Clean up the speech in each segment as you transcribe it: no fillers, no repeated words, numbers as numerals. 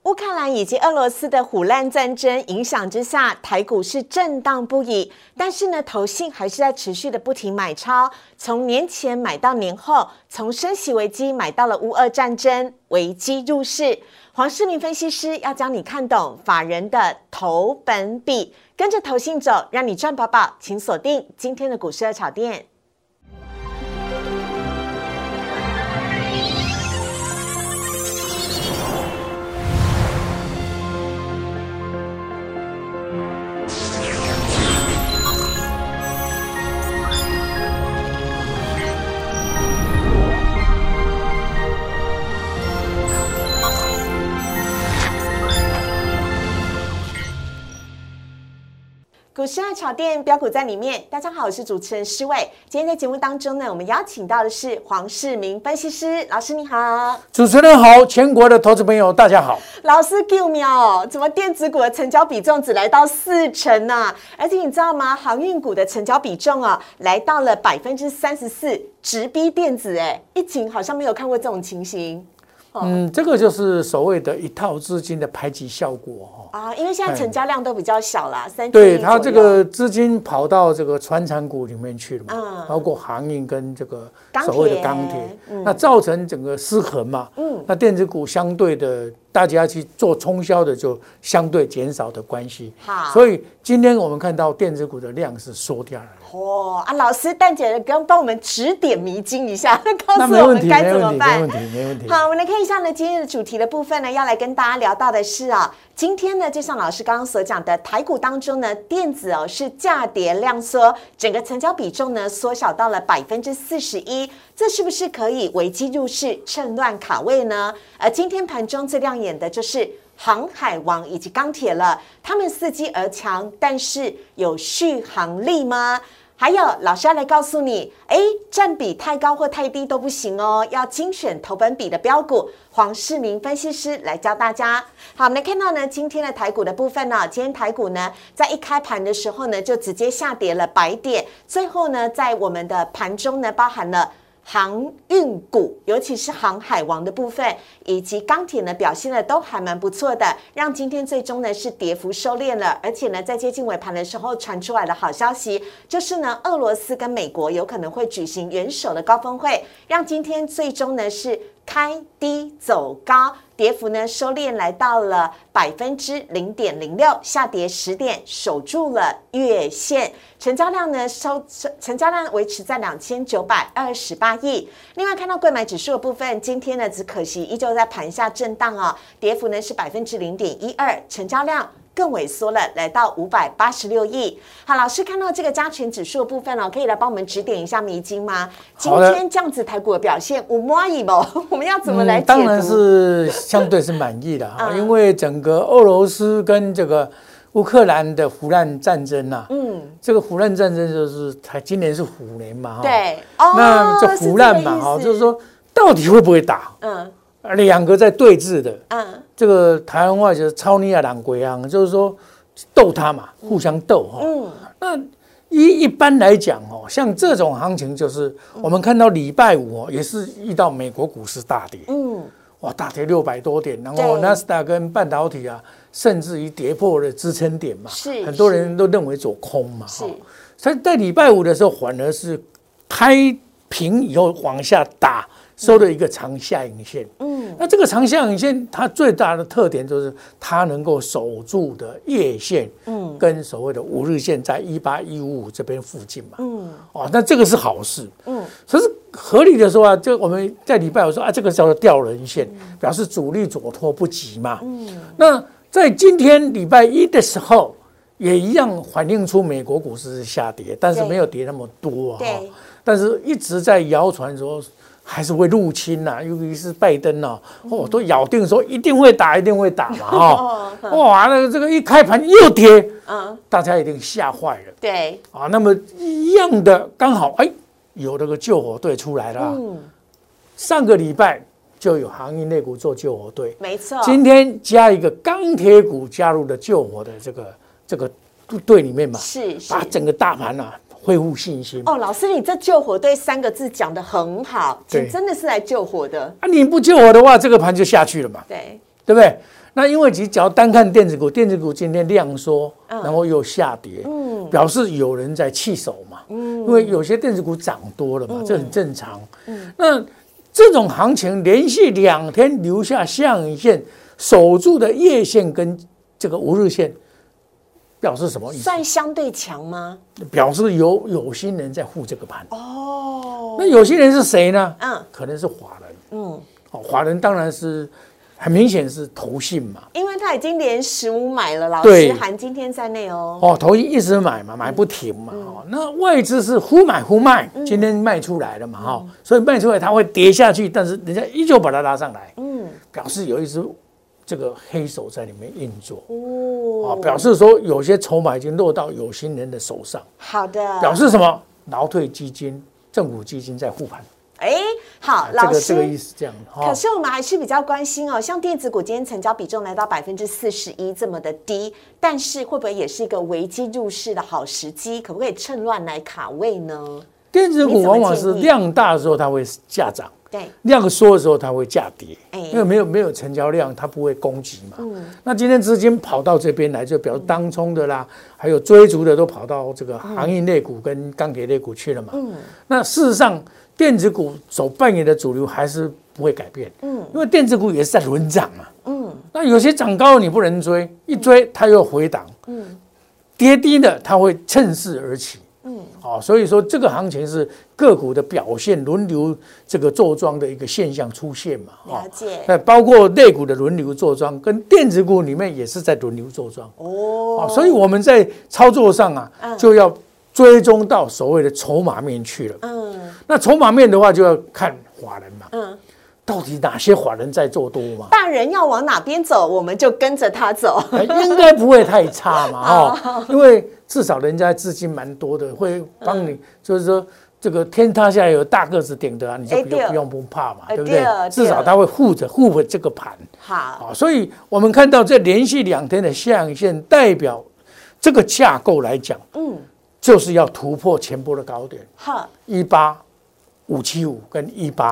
乌克兰以及俄罗斯的虎烂战争影响之下，台股是震荡不已。但是呢，投信还是在持续的不停买超，从年前买到年后，从升息危机买到了乌俄战争危机入市。黄世明分析师要教你看懂法人的投本比，跟着投信走，让你赚饱饱。请锁定今天的股市热炒店。股市热炒店标股在里面，大家好，我是主持人施伟。今天在节目当中呢，我们邀请到的是黄世明分析师老师，你好。 主持人好，全国的投资朋友大家好。 老师救命哦，怎么电子股的成交比重只来到40%啊？而且你知道吗？航运股的成交比重啊，来到了34%，直逼电子哎，疫情好像没有看过这种情形。 这个就是所谓的一套资金的排挤效果啊，因为现在成交量都比较小啦，3 对它这个资金跑到这个传产股里面去了嘛，包括航运跟这个所谓的钢铁，那造成整个失衡嘛，那电子股相对的大家去做冲销的就相对减少的关系，所以今天我们看到电子股的量是缩掉了。 老师蛋姐刚帮我们指点迷津一下，告诉我们该怎么办。 没问题。 好，我们来看一下呢，今天的主题的部分呢，要来跟大家聊到的是今天呢，就像老师刚刚所讲的，台股当中呢，电子是价跌量缩，整个成交比重呢缩小到了41%，这是不是可以危机入市，趁乱卡位呢？而今天盘中最亮眼的就是航海王以及钢铁了，他们伺机而强，但是有续航力吗？还有老师要来告诉你，占比太高或太低都不行哦，要精选投本比的标股。黄世明分析师来教大家。好，我们来看到呢，今天的台股的部分呢，今天台股呢，在一开盘的时候呢，就直接下跌了100点，最后呢，在我们的盘中呢，包含了航运股，尤其是航海王的部分，以及钢铁呢，表现的都还蛮不错的，让今天最终呢是跌幅收敛了。而且呢，在接近尾盘的时候传出来的好消息，就是呢，俄罗斯跟美国有可能会举行元首的高峰会，让今天最终呢是开低走高，跌幅呢收敛来到了0.06%，下跌10点，守住了月线。成交量呢成交量维持在2928亿。另外看到柜买指数的部分，今天呢只可惜依旧在盘下震荡跌幅呢是0.12%，成交量更萎缩了，来到586亿。好，老师看到这个加权指数的部分可以来帮我们指点一下迷津吗？今天这样子台股的表现，有满意不？我们要怎么来解读？ 当然是相对是满意的因为整个俄罗斯跟这个乌克兰的虎烂战争这个虎烂战争就是今年是虎年嘛对， 那这虎烂嘛就是说到底会不会打？两个在对峙的，这个台湾话就是超尼亚朗鬼样，就是说斗他嘛，互相斗那一般来讲像这种行情，就是我们看到礼拜五也是遇到美国股市大跌，大跌600多点，然后纳斯达克跟半导体甚至于跌破了支撑点嘛，很多人都认为走空嘛，所以在礼拜五的时候反而是开平以后往下打，收了一个长下影线。那这个长下影线它最大的特点就是它能够守住的月线，跟所谓的5日线在18155这边附近嘛，那这个是好事。可是合理的说就我们在礼拜五说这个叫做吊人线，表示主力左拖不及嘛。那在今天礼拜一的时候，也一样反映出美国股市是下跌，但是没有跌那么多但是一直在谣传说还是会入侵尤其是拜登都咬定说一定会打嘛哇，那这个一开盘又跌，大家一定吓坏了。 对那么一样的刚好有那个救火队出来了上个礼拜就有航运类股做救火队， 没错。 今天加一个钢铁股加入了救火的这个队里面嘛， 是把整个大盘恢复信心。 老师，你这救火队3个字讲得很好，真的是来救火的。 你不救火的话，这个盘就下去了嘛， 对不对？ 那因为只要单看电子股，电子股今天量缩，然后又下跌，表示有人在弃守嘛，因为有些电子股涨多了嘛，这很正常。那这种行情连续2天留下下影线，守住的月线跟这个5日线，表示什么意思？ 算相对强吗？ 表示有心人在护这个盘。哦，那有心人是谁呢？可能是华人。华人当然是很明显是投信嘛， 因为他已经连15买了，老师含今天在内哦。 投信一直买嘛，买不停嘛。那外资是忽买忽卖，今天卖出来了嘛，所以卖出来它会跌下去，但是人家依旧把它拉上来，表示有一只这个黑手在里面运作，表示说有些筹码已经落到有心人的手上。 好的， 表示什么？劳退基金、政府基金在护盘。 好，老师， 这个意思这样。 可是我们还是比较关心哦，像电子股今天成交比重来到41%这么的低，但是会不会也是一个危机入市的好时机？可不可以趁乱来卡位呢？ 电子股往往是量大的时候它会价涨， 对， 量缩的时候它会价跌，因为没有成交量，它不会攻击嘛。那今天资金跑到这边来，就表示当冲的啦，还有追逐的都跑到这个航运类股跟钢铁类股去了嘛。那事实上，电子股所扮演的主流还是不会改变，因为电子股也是在轮涨嘛，那有些涨高你不能追，一追它又回档，跌低的它会趁势而起，所以说这个行情是个股的表现轮流这个做庄的一个现象出现嘛， 了解， 包括类股的轮流做庄，跟电子股里面也是在轮流做庄，所以我们在操作上就要追踪到所谓的筹码面去了，那筹码面的话就要看法人嘛，到底哪些法人在做多嘛？ 大人要往哪边走，我们就跟着他走， 应该不会太差嘛，因为至少人家资金蛮多的，会帮你，就是说这个天塌下来有大个子顶的你就不怕嘛，对不对？至少他会护这个盘。好，所以我们看到这连续2天的下影线，代表这个架构来讲，就是要突破前波的高点，18575跟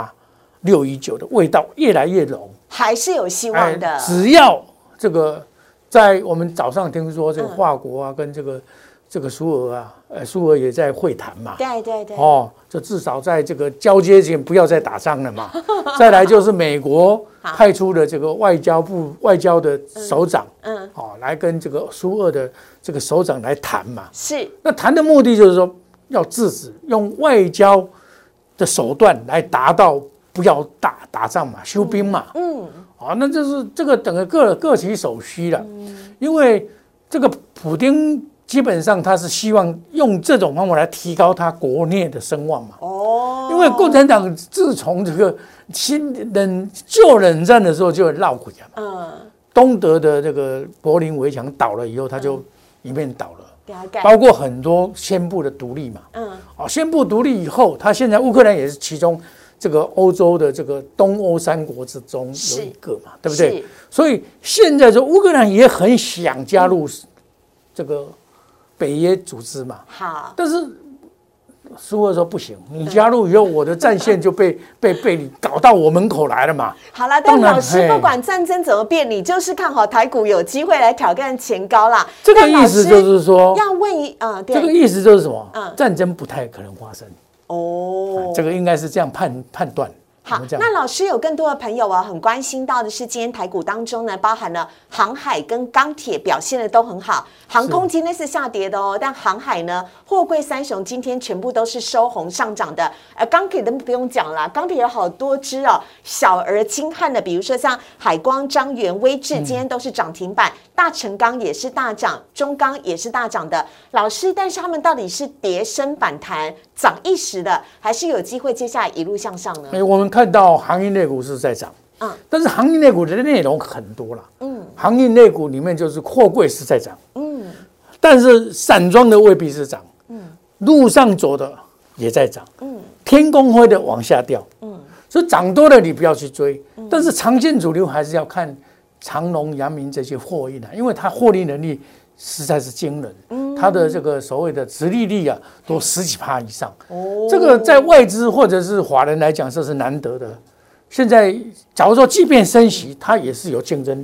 18619的味道越来越浓， 还是有希望的。 只要这个在我们早上听说这个法国跟这个苏俄也在会谈嘛， 对， 就至少在这个交接前不要再打仗了嘛。再来就是美国派出的这个外交的首长，来跟这个苏俄的这个首长来谈嘛。是，那谈的目的就是说要制止用外交的手段来达到不要打仗嘛，休兵嘛。那就是这个等于各取所需了，因为这个普丁基本上他是希望用这种方法来提高他国内的声望嘛。因为共产党自从这个旧冷战的时候就闹鬼啊。东德的这个柏林围墙倒了以后，他就一面倒了，包括很多宣布的独立嘛。宣布独立以后，他现在乌克兰也是其中这个欧洲的这个东欧3国之中有一个嘛，对不对？所以现在乌克兰也很想加入这个北约组织嘛。好，但是苏俄说不行，你加入以后，我的战线就被你搞到我门口来了嘛。 好了，但老师不管战争怎么变，你就是看好台股有机会来挑战前高啦。 这个意思就是说， 要问这个意思就是什么？战争不太可能发生。这个应该是这样判断。 好，那老师有更多的朋友很关心到的是，今天台股当中呢，包含了航海跟钢铁表现的都很好，航空今天是下跌的但航海呢，货柜3雄今天全部都是收红上涨的，钢铁都不用讲了，钢铁有好多只小而精悍的，比如说像海光、彰源、威致，今天都是涨停板，大成钢也是大涨，中钢也是大涨的。老师，但是他们到底是跌升反弹，涨一时的，还是有机会接下来一路向上呢？ 我们看到航运类股是在涨，但是航运类股的内容很多了，航运类股里面就是货柜是在涨，但是散装的未必是涨，路上走的也在涨，天空灰的往下掉，所以涨多了你不要去追，但是长线主流还是要看长荣、阳明这些货运因为它获利能力实在是惊人，它的这个所谓的殖利率都10几%以上，这个在外资或者是法人来讲，这是难得的。现在假如说即便升息，它也是有竞争力的。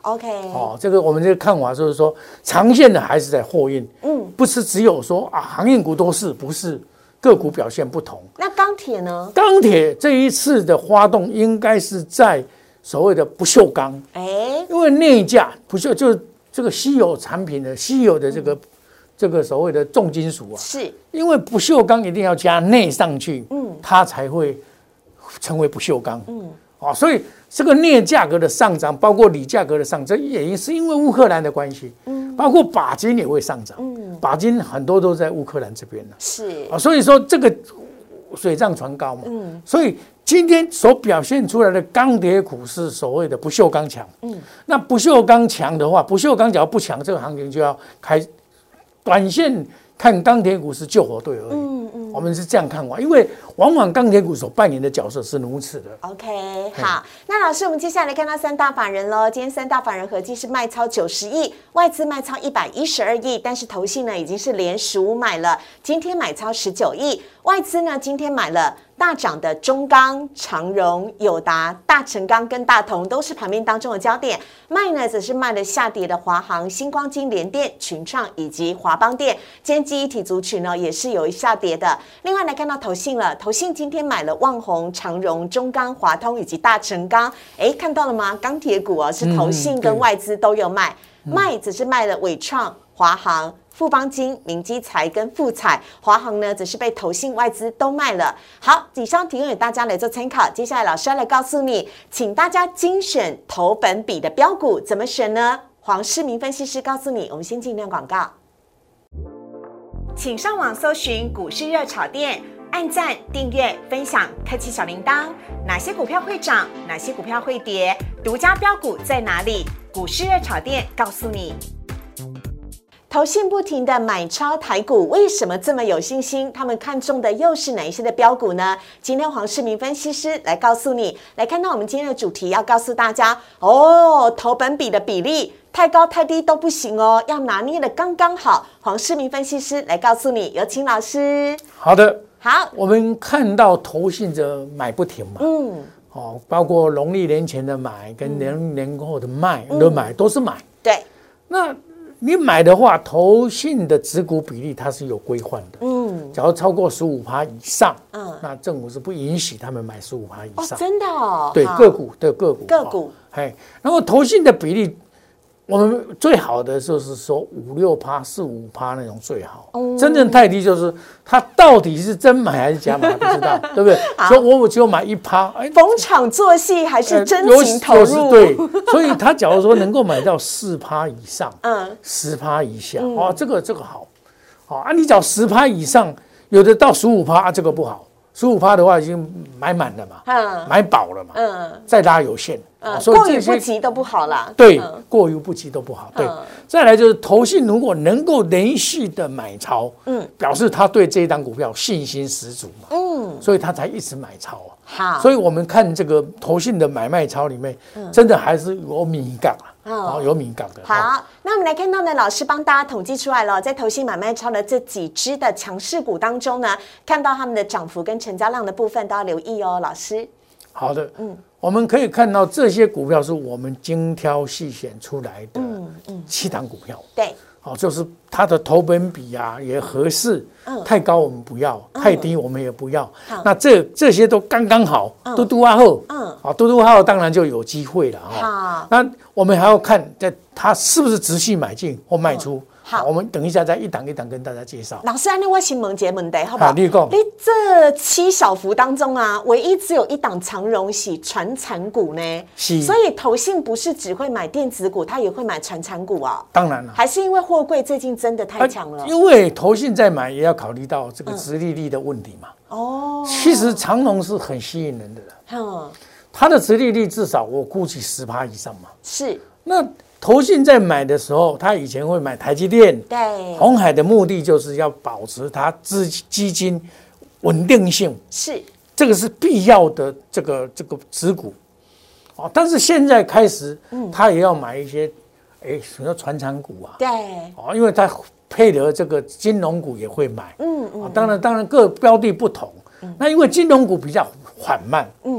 OK， 这个我们这个看法就是说，长线的还是在货运，不是只有说航运股都是，不是个股表现不同。 那钢铁呢？ 钢铁这一次的发动应该是在所谓的不锈钢，因为镍价不锈就是这个稀有产品的稀有的这个所谓的重金属啊， 是因为不锈钢一定要加镍上去，它才会成为不锈钢，所以这个镍价格的上涨，包括锂价格的上涨，也是因为乌克兰的关系，包括钯金也会上涨，钯金很多都在乌克兰这边了， 是所以说这个水涨船高嘛，所以今天所表现出来的钢铁股是所谓的不锈钢强，那不锈钢强的话，不锈钢只要不强，这个行情就要开，短线看钢铁股是救火队而已。我们是这样看法，因为往往钢铁股所扮演的角色是如此的。 OK， 好，那老师，我们接下来看到三大法人喽。今天三大法人合计是卖超90亿，外资卖超112亿，但是投信呢已经是连15买了，今天买超19亿，外资呢今天买了大涨的中钢、长荣、友达、大成钢跟大同都是盘面当中的焦点，卖呢则是卖了下跌的华航、新光金、联电、群创以及华邦电。今天记忆体族群呢也是有下跌的。另外来看到投信了，投信今天买了旺宏、长荣、中钢、华通以及大成钢。看到了吗？钢铁股是投信跟外资都有卖，卖只是卖了伟创、华航、富邦金、明基材跟富彩，华航呢则是被投信外资都卖了。好，以上提供给大家来做参考。接下来老师要来告诉你，请大家精选投本比的标股，怎么选呢？黄世明分析师告诉你。我们先进一段广告，请上网搜寻股市热炒店，按赞、订阅、分享，开启小铃铛。哪些股票会涨？哪些股票会跌？独家标股在哪里？股市热炒店告诉你。投信不停的买超台股，为什么这么有信心？他们看中的又是哪一些的标股呢？今天黄世明分析师来告诉你。来看到我们今天的主题，要告诉大家投本比的比例太高太低都不行哦，要拿捏的刚刚好。黄世明分析师来告诉你，有请老师。 好的， 好， 我们看到投信的买不停嘛，包括农历年前的买跟年后的卖的买都是买， 对， 那你买的话，投信的持股比例它是有规范的，假如超过15%以上，那政府是不允许他们买15%以上， 真的哦， 对，个股，然后投信的比例，我们最好的就是说5-6%、4-5%那种最好，真正太低就是它到底是真买还是假买不知道，对不对？所以我只有买1%， 逢场作戏还是真情投入？ 对，所以他假如说能够买到4%以上，10%以下，这个好，你只要10%以上，有的到15%，这个不好。15%的话已经买满了嘛，买饱了嘛，再拉有限， 所以过于不及都不好啦。 对，过于不及都不好。对，再来就是投信如果能够连续的买超，表示他对这一档股票信心十足嘛，所以他才一直买超啊。 好， 所以我们看这个投信的买卖超里面，真的还是有敏感啊，有敏感的。 好，那我们来看到呢，老师帮大家统计出来了，在投信买卖超的这几只的强势股当中呢，看到他们的涨幅跟成交量的部分都要留意哦，老师。 好的，我们可以看到这些股票是我们精挑细选出来的7档股票。 对。 就是它的投本比也合适，太高我们不要，太低我们也不要。那这些都刚刚好，嘟嘟啊后，嘟嘟号当然就有机会了哈。那我们还要看它是不是持续买进或卖出。好，我们等一下再一档一档跟大家介绍。 老师，我先问一个问题，好不好？ 你讲， 你这7小幅当中唯一只有一档长荣是传产股呢，所以投信不是只会买电子股，它也会买传产股啊。 当然了， 还是因为货柜最近真的太强了。 因为投信在买也要考虑到这个殖利率的问题嘛。其实长荣是很吸引人的了。它的殖利率至少我估计10%以上嘛。 是。 那投信在买的时候，他以前会买台积电、鸿海的目的就是要保持它基金稳定性， 是这个是必要的这个持股，但是现在开始，他也要买一些，什么传产股啊， 对， 因为他配合这个金融股也会买，当然各标的不同，那因为金融股比较缓慢，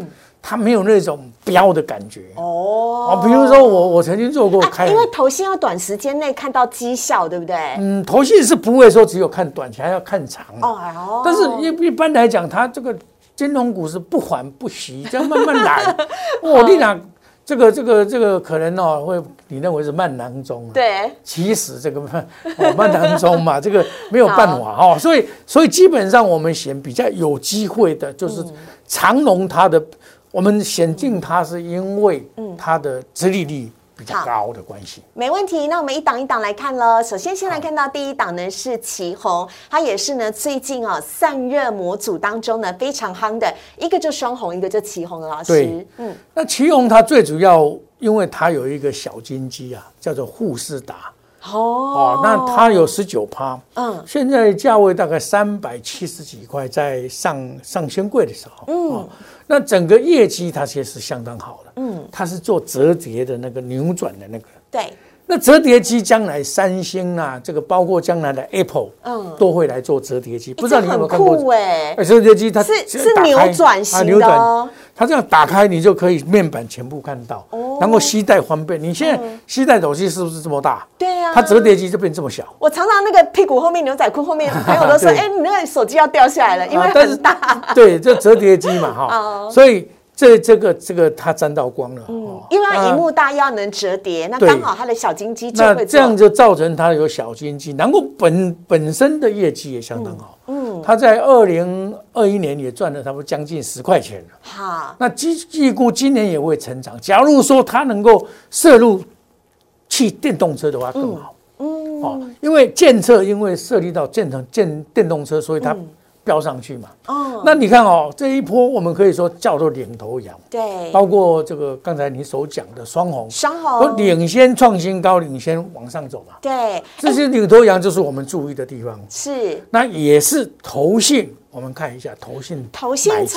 它没有那种飙的感觉哦。比如说我曾经做过因为投信要短时间内看到绩效，对不对？ 投信是不会说只有看短期，还要看长但是一般来讲，它这个金融股是不缓不息，这样慢慢来。你讲这个可能会你认为是慢郎中， 对， 其实这个慢郎中嘛，这个没有办法所以基本上我们选比较有机会的，就是长荣它的。我们选进它是因为它的殖利率比较高的关系。 没问题，那我们一档一档来看咯。首先先来看到第一档呢是奇鋐，它也是呢最近散热模组当中呢非常夯的，一个就双红，一个就奇鋐的老师。 对，那奇鋐它最主要因为它有一个小金鸡叫做富士达。那它有19%，现在价位大概370几块，在上新柜的时候，那整个业绩它其实是相当好的，它是做折叠的那个扭转的那个， 对， 那折叠机将来三星这个包括将来的 Apple，都会来做折叠机，不知道你有没有看过？折叠机它是扭转型的它这样打开，你就可以面板全部看到，然后携带方便。你现在携带手机是不是这么大？ 对啊， 它折叠机就变这么小。 我常常那个屁股后面牛仔裤后面，朋友都说：“你那个手机要掉下来了，因为很大。” 对，这折叠机嘛，所以这个它沾到光了。 因为它萤幕大要能折叠，那刚好它的小金鸡就会做。 那这样就造成它有小金鸡，然后本身的业绩也相当好。它在2021年也赚了差不多将近10块钱了。好，那预估今年也会成长。假如说它能够涉入电动车的话更好。因为建测因为涉及到电动车，所以它飙上去嘛。那你看这一波我们可以说叫做领头羊。 对， 包括这个刚才你所讲的双红， 都领先创新高，领先往上走嘛。 对， 这些领头羊就是我们注意的地方。 是， 那也是投信，我们看一下投信从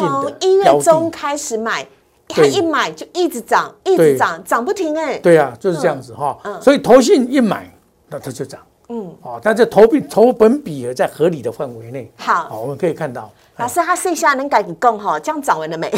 1月中开始买。它一买就一直涨，一直涨，涨不停对啊，就是这样子所以投信一买，那它就涨。但是投本比也在合理的范围内。好，我们可以看到。 老师，他剩下能改更这样涨完了没？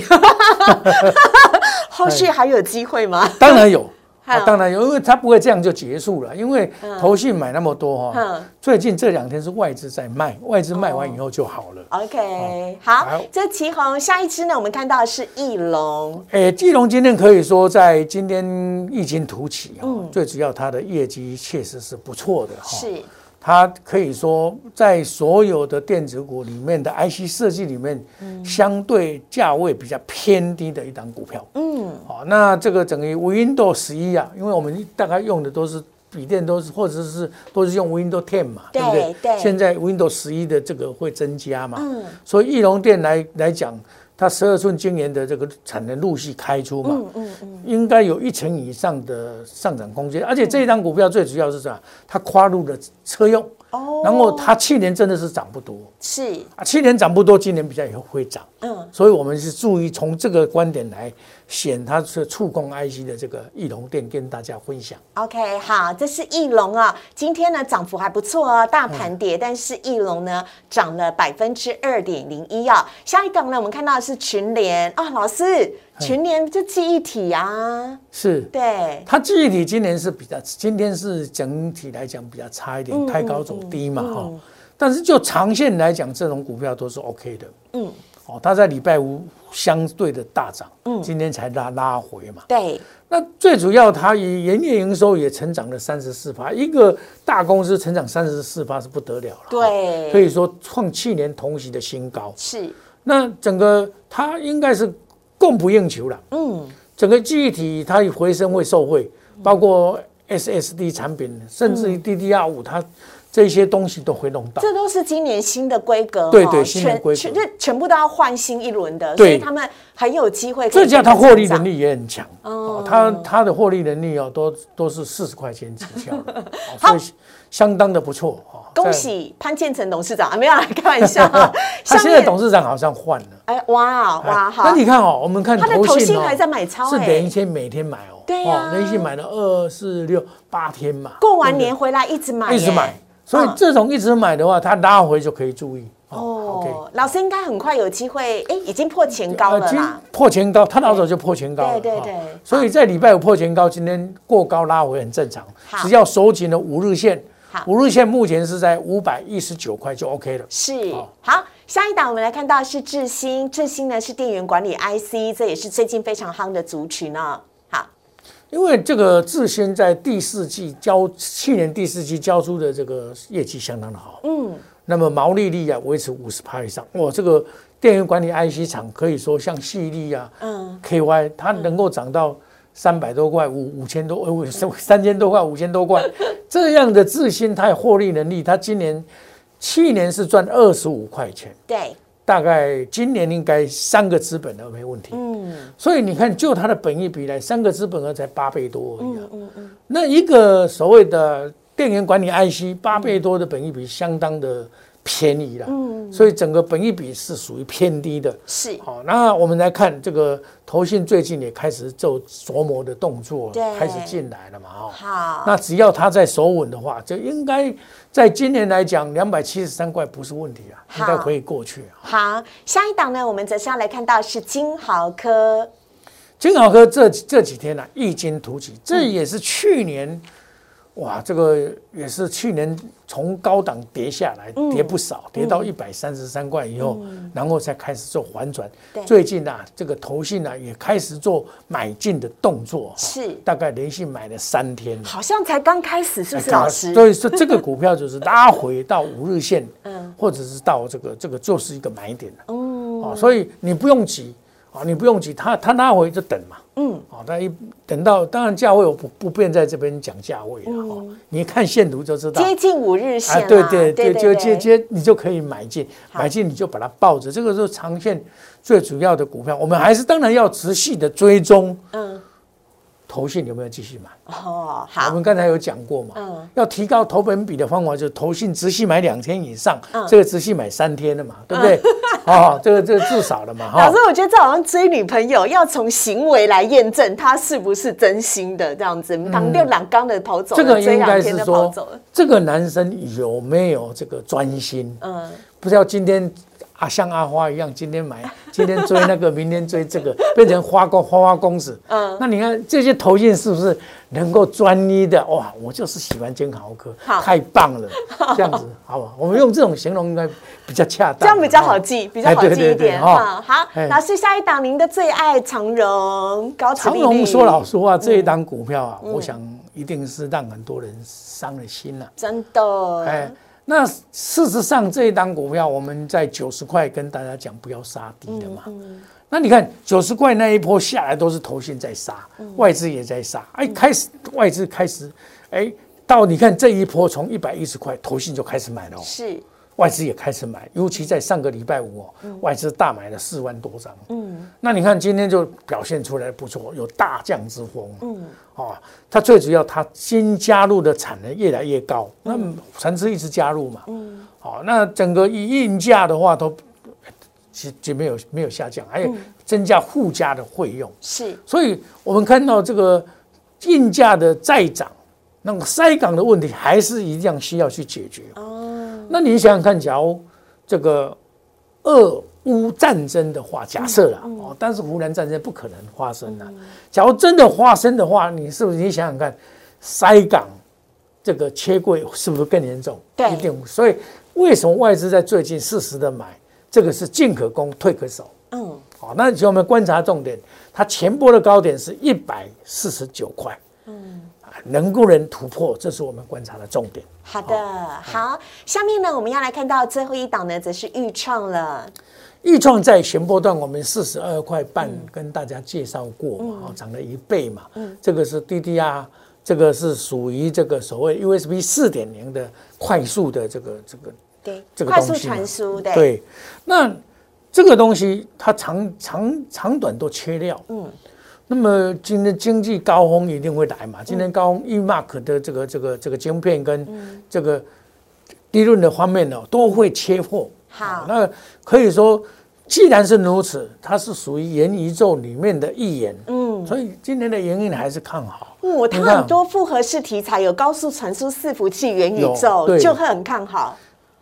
后续还有机会吗？ 当然有。当然有，因为它不会这样就结束了，因为投信买那么多最近这2天是外资在卖，外资卖完以后就好了。 OK， 好，这奇鋐，下一支呢，我们看到的是翼龙。 翼龙今天可以说在今天异军突起最主要它的业绩确实是不错的是。 它可以说在所有的电子股里面的 IC 设计里面，相对价位比较偏低的一档股票。那这个整个 Windows 11因为我们大概用的都是笔电，或者是都是用 Windows 10嘛，对不对？对。现在 Windows 11的这个会增加嘛，所以翼龙电来讲，它12寸晶圆的这个产能陆续开出嘛，应该有1成以上的上涨空间。而且这一档股票最主要是啥？它跨入了车用，然后它去年真的是涨不多， 是去年涨不多，今年比较也会涨。所以我们是注意从这个观点来选它是触控 IC 的这个翼龙电跟大家分享。 OK， 好，这是翼龙今天呢涨幅还不错大盘跌，但是翼龙呢涨了2.01%下一档呢，我们看到的是群联老师，群联这记忆体是， 对， 它记忆体今天是整体来讲比较差一点，开高走低嘛但是就长线来讲，这种股票都是 OK 的。它在礼拜五相对的大涨，今天才拉回嘛。 对， 那最主要它营业营收也成长了34%，一个大公司成长34%是不得了了。 对， 可以说创去年同期的新高。 是， 那整个它应该是供不应求了。整个记忆体它回升会受惠，包括 SSD 产品，甚至于 DDR5它。这些东西都会弄到， 这都是今年新的规格， 对，新的规格， 全部都要换新一轮的，所以他们很有机会。 这家它获利能力也很强，它的获利能力都是40块钱起跳的，所以相当的不错。 恭喜潘建成董事长没有来开玩笑， 他现在董事长好像换了， 哇，好。 那你看我们看他的投信还在买超， 是连续每天买对呀， 连续买了2、4、6、8天嘛， 过完年回来一直买， 所以这种一直买的话，它拉回就可以注意。 哦，老师应该很快有机会，已经破前高了啦， 破前高，他老早就破前高了， 对， 所以在礼拜五破前高，今天过高拉回很正常，只要守紧了5日线。5日线目前是在519块就 OK 了。 是，好，下一档我们来看到是智新，智新呢是电源管理 IC， 这也是最近非常夯的族群呢。好， 因为这个智新在去年第四季交出的这个业绩相当的好，那么毛利率维持50%以上，哇，这个电源管理 IC 厂可以说像细粒KY 它能够涨到300多块5000多3000多块5000多块，这样的智新它有获利能力，它去年是赚25块钱， 对， 大概今年应该3个资本额没问题，所以你看就它的本益比来，3个资本额才8倍多而已，那一个所谓的电源管理 IC 8倍多的本益比相当的便宜了，所以整个本益比是属于偏低的。 是， 好，那我们来看这个投信最近也开始做琢磨的动作，开始进来了嘛， 好， 那只要它在守稳的话，就应该在今年来讲273块不是问题啊，应该可以过去。 好，下一档呢，我们则是要来看到是金豪科。 金豪科这几天呢，异军突起，这也是去年。哇，这个也是去年从高档跌下来，跌不少，跌到133块以后，然后才开始做反转。最近啊，这个投信啊也开始做买进的动作， 是大概连续买了3天， 好像才刚开始，是不是老师？ 所以说这个股票就是拉回到5日线，或者是到这个就是一个买点了。所以你不用急。你不用急，它拉回就等嘛。它等到，当然价位我不便在这边讲价位了。你看线图就知道， 接近5日线对，就接你就可以买进，你就把它抱着，这个是长线最主要的股票。我们还是当然要持续的追踪。投信有没有继续买？ 好， 我们刚才有讲过嘛，要提高投本比的方法就是投信持续买2天以上，这个持续买3天了嘛，对不对？这个至少了嘛。 老师，我觉得这好像追女朋友，要从行为来验证她是不是真心的这样子。当六两刚的跑走了， 这个应该是说，这个男生有没有这个专心？不是要今天。像阿花一样，今天追那个，明天追这个，变成花公子。那你看这些投信是不是能够专一的？哇，我就是喜欢金豪科，太棒了，这样子好不好？我们用这种形容应该比较恰当， 这样比较好记，比较好记一点。好，老师，下一档您的最爱长荣，高殖利率。 长荣说老实话，这一档股票啊，我想一定是让很多人伤了心了， 真的。 那事实上，这一档股票我们在90块跟大家讲不要杀低的嘛。那你看90块那一波下来都是投信在杀，外资也在杀。外资开始，到你看这一波从110块，投信就开始买了。 是。 外资也开始买，尤其在上个礼拜五外资大买了4万多张。那你看今天就表现出来不错，有大降之风。它最主要它新加入的产能越来越高，那船只一直加入嘛。那整个运价的话都其实没有下降，还有增加附加的费用。 是， 所以我们看到这个运价的再涨，那么塞港的问题还是一样需要去解决。那你想想看，假如这个俄乌战争的话，假设啦，但是湖南战争不可能发生啦。假如真的发生的话，你是不是你想想看，塞港这个缺柜是不是更严重？ 对， 一定。所以为什么外资在最近适时的买？这个是进可攻，退可守。好，那我们观察重点，它前波的高点是149块。能不能突破，这是我们观察的重点。 好的，好，下面呢，我们要来看到最后一档呢，则是裕创了。 裕创在前波段我们42块半跟大家介绍过嘛，涨了1倍嘛。这个是 DDR， 这个是属于这个所谓 USB 4.0 的快速的这个快速传输的。 对，那这个东西它长短都缺料。那么今天经济高峰一定会来嘛？今天高峰 E-Mark 的这个晶片跟这个利润的方面呢，都会缺货。 好， 那可以说，既然是如此，它是属于元宇宙里面的一员。所以今年的营运还是看好。 它很多复合式题材，有高速传输伺服器、元宇宙，就会很看好。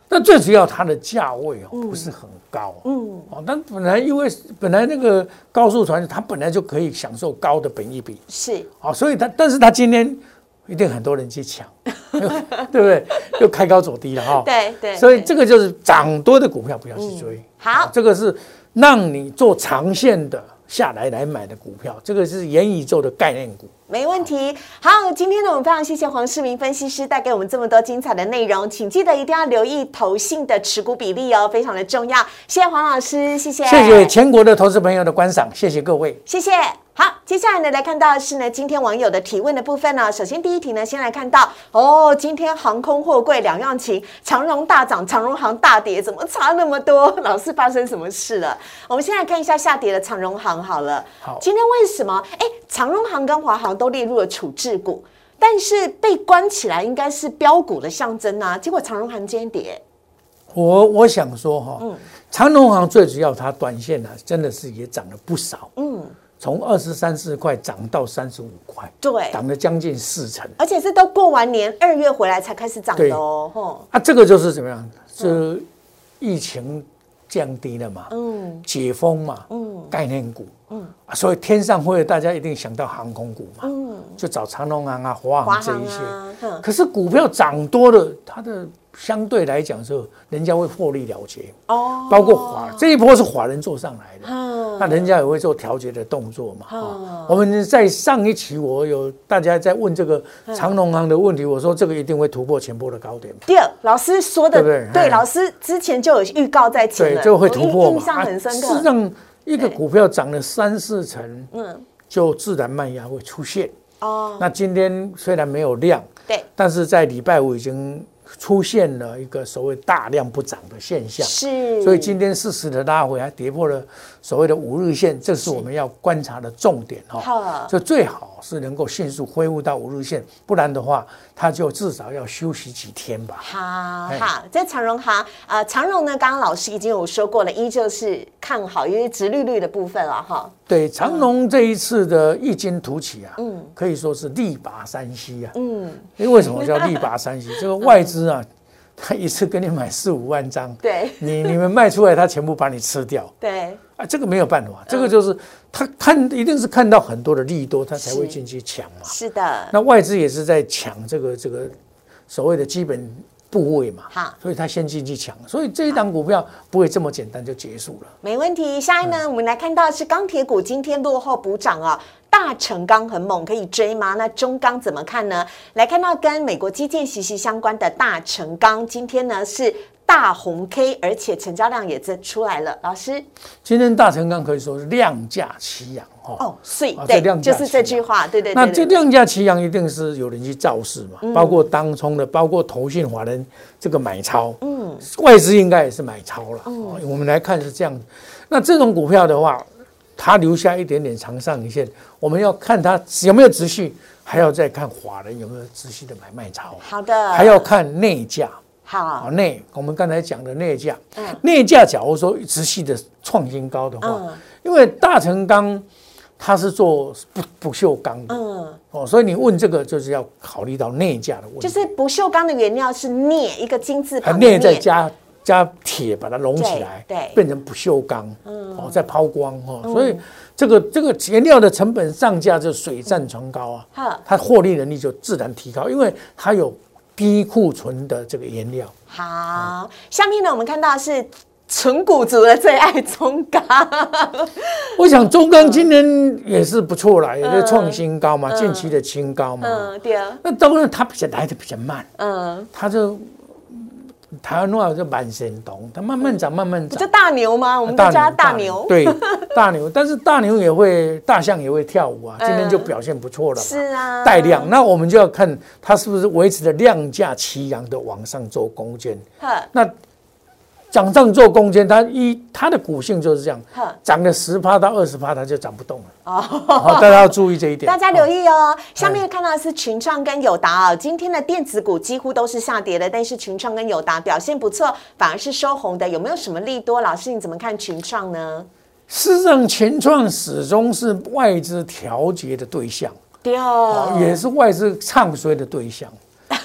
但最主要它的价位不是很高，但本来那个高速传输它本来就可以享受高的本益比， 是， 所以但是它今天一定很多人去抢，对不对？又开高走低了哈， 对， 所以这个就是涨多的股票不要去追， 好， 这个是让你做长线的下来买的股票，这个是元宇宙的概念股。 没问题。好，今天呢，我们非常谢谢黄世明分析师带给我们这么多精彩的内容，请记得一定要留意投信的持股比例哦，非常的重要。谢谢黄老师，谢谢， 谢谢全国的投资朋友的观赏，谢谢各位， 谢谢。好，接下来呢，来看到的是呢，今天网友的提问的部分呢。首先第一题呢，先来看到今天航空货柜两样情，长荣大涨，长荣航大跌，怎么差那么多？老师发生什么事了？我们先来看一下下跌的长荣航好了。好，今天为什么？长荣航跟华航都列入了处置股，但是被关起来应该是标股的象征啊，结果长荣航今天跌。 我想说长荣航最主要它短线真的是也涨了不少，从23、24块涨到35块， 对， 涨了将近40%， 而且是都过完年2月回来才开始涨的哦。 这个就是怎么样？是疫情降低了嘛，解封嘛，概念股，所以天上会大家一定想到航空股嘛，就找长荣航啊、华航这一些。可是股票涨多了，它的相对来讲是人家会获利了结包括这一波是法人做上来的，那人家也会做调节的动作嘛。我们在上一期我有大家在问这个长荣航的问题，我说这个一定会突破前波的高点。 第二，老师说的对，老师之前就有预告在前了， 对，就会突破嘛， 印象很深刻。 事实上，一个股票涨了3、4成，就自然卖压会出现。那今天虽然没有量，对，但是在礼拜五已经出现了一个所谓大量不涨的现象，是，所以今天适时的拉回，还跌破了所谓的5日线，这是我们要观察的重点所以最好是能够迅速恢复到5日线，不然的话，它就至少要休息几天吧。 好，在长荣航长荣呢，刚刚老师已经有说过了，依旧是看好，因为殖利率的部分了哈。 对，长荣这一次的异军突起可以说是力拔山兮因为什么叫力拔山兮？这个外资他一次跟你买4、5万张，对，你们卖出来，他全部把你吃掉，对，这个没有办法，这个就是他一定是看到很多的利多，他才会进去抢嘛。是的，那外资也是在抢这个所谓的基本部位嘛，所以他先进去抢，所以这一档股票不会这么简单就结束了。 没问题，下一呢，我们来看到的是钢铁股今天落后补涨大成钢很猛，可以追吗？那中钢怎么看呢？来看到跟美国基建息息相关的大成钢，今天呢是大红 K， 而且成交量也出来了。老师， 今天大成钢可以说是量价齐扬所以对，就是这句话，对。 那这量价齐扬一定是有人去造势嘛，包括当冲的，包括投信法人这个买超，外资应该也是买超了。我们来看是这样，那这种股票的话，它留下一点点长上影线，我们要看它有没有持续，还要再看法人有没有持续的买卖超。好的，还要看内价。好，我们刚才讲的内价，内价假如说持续的创新高的话，因为大成钢它是做不锈钢的，所以你问这个就是要考虑到内价的问题。 就是不锈钢的原料是镍，一个金字旁的镍，再加铁把它融起来，对，变成不锈钢，再抛光所以这个原料的成本上架就水涨船高它获利能力就自然提高，因为它有低库存的这个原料。 好，下面呢我们看到是纯股族的最爱中钢， 我想中钢今年也是不错啦，也是创新高嘛，近期的新高嘛。对啊。那当然它来的比较慢，它就台湾话就慢神童，它慢慢涨，慢慢涨。 不叫大牛吗？我们都叫它大牛。 对，大牛。但是大牛大象也会跳舞今天就表现不错了嘛。是啊。带量，那我们就要看它是不是维持的量价齐扬的往上做攻坚。那涨上做攻坚，它的股性就是这样，涨了10%到20%，它就涨不动了。大家要注意这一点。 大家留意下面看到的是群创跟友达今天的电子股几乎都是下跌的，但是群创跟友达表现不错，反而是收红的。有没有什么利多？老师你怎么看群创呢？ 事实上，群创始终是外资调节的对象，也是外资唱衰的对象。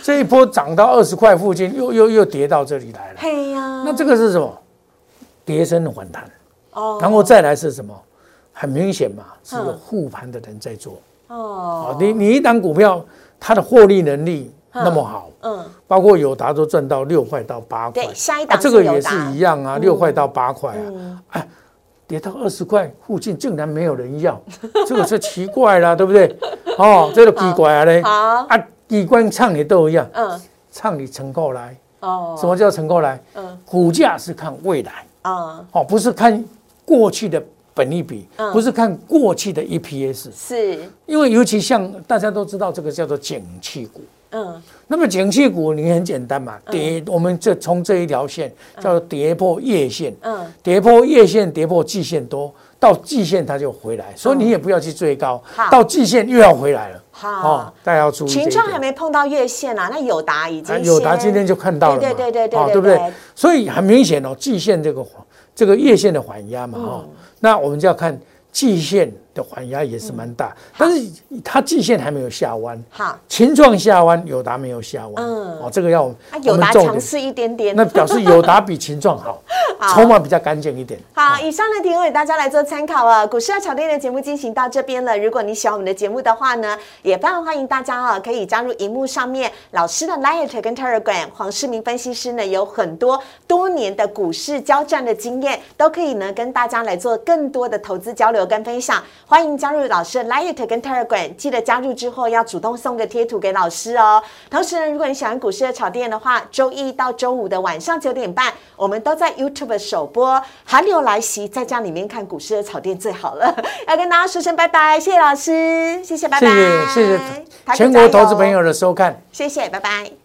这一波涨到20块附近，又跌到这里来了。 嘿呀， 那这个是什么？跌升的反弹。哦，然后再来是什么？很明显嘛，是有护盘的人在做。哦，你一档股票，它的获利能力那么好，包括友达都赚到6块到8块。 对，下一档这个也是一样啊，6块到8块啊。哎，跌到20块附近，竟然没有人要，这个是奇怪啦，对不对？哦，这个奇怪啊嘞。啊，机关唱你都一样，唱你成过来。哦，什么叫成过来？股价是看未来啊，哦，不是看过去的本益比，不是看过去的 EPS， 是因为尤其像大家都知道，这个叫做景气股。那么景气股你很简单嘛，我们就从这一条线叫做跌破月线，跌破月线，跌破季线多，到季线它就回来，所以你也不要去追高，到季线又要回来了。好，大家要注意。 群创还没碰到月线啊，那友达已经友达今天就看到了， 对，对不对？所以很明显哦，季线这个月线的缓压嘛，那我们就要看季线的缓压也是蛮大，但是它季线还没有下弯。好，群创下弯，友达没有下弯。这个要友达强势一点点， 那表示友达比群创好，筹码比较干净一点。 好，以上的提供给大家来做参考啊。股市要炒店的节目进行到这边了，如果你喜欢我们的节目的话呢，也非常欢迎大家可以加入荧幕上面老师的 Line 跟 Telegram， 黄世明分析师呢有很多年的股市交战的经验，都可以呢跟大家来做更多的投资交流跟分享。欢迎加入老师的 Line 跟 Telegram， 记得加入之后要主动送个贴图给老师哦。同时呢，如果你喜欢股市的炒店的话，周一到周五的晚上9点半，我们都在 YouTube 首播。寒流来袭，在家里面看股市的炒店最好了。要跟大家说声拜拜，谢谢老师，谢谢，拜拜， 谢谢全国投资朋友的收看， 谢谢，拜拜。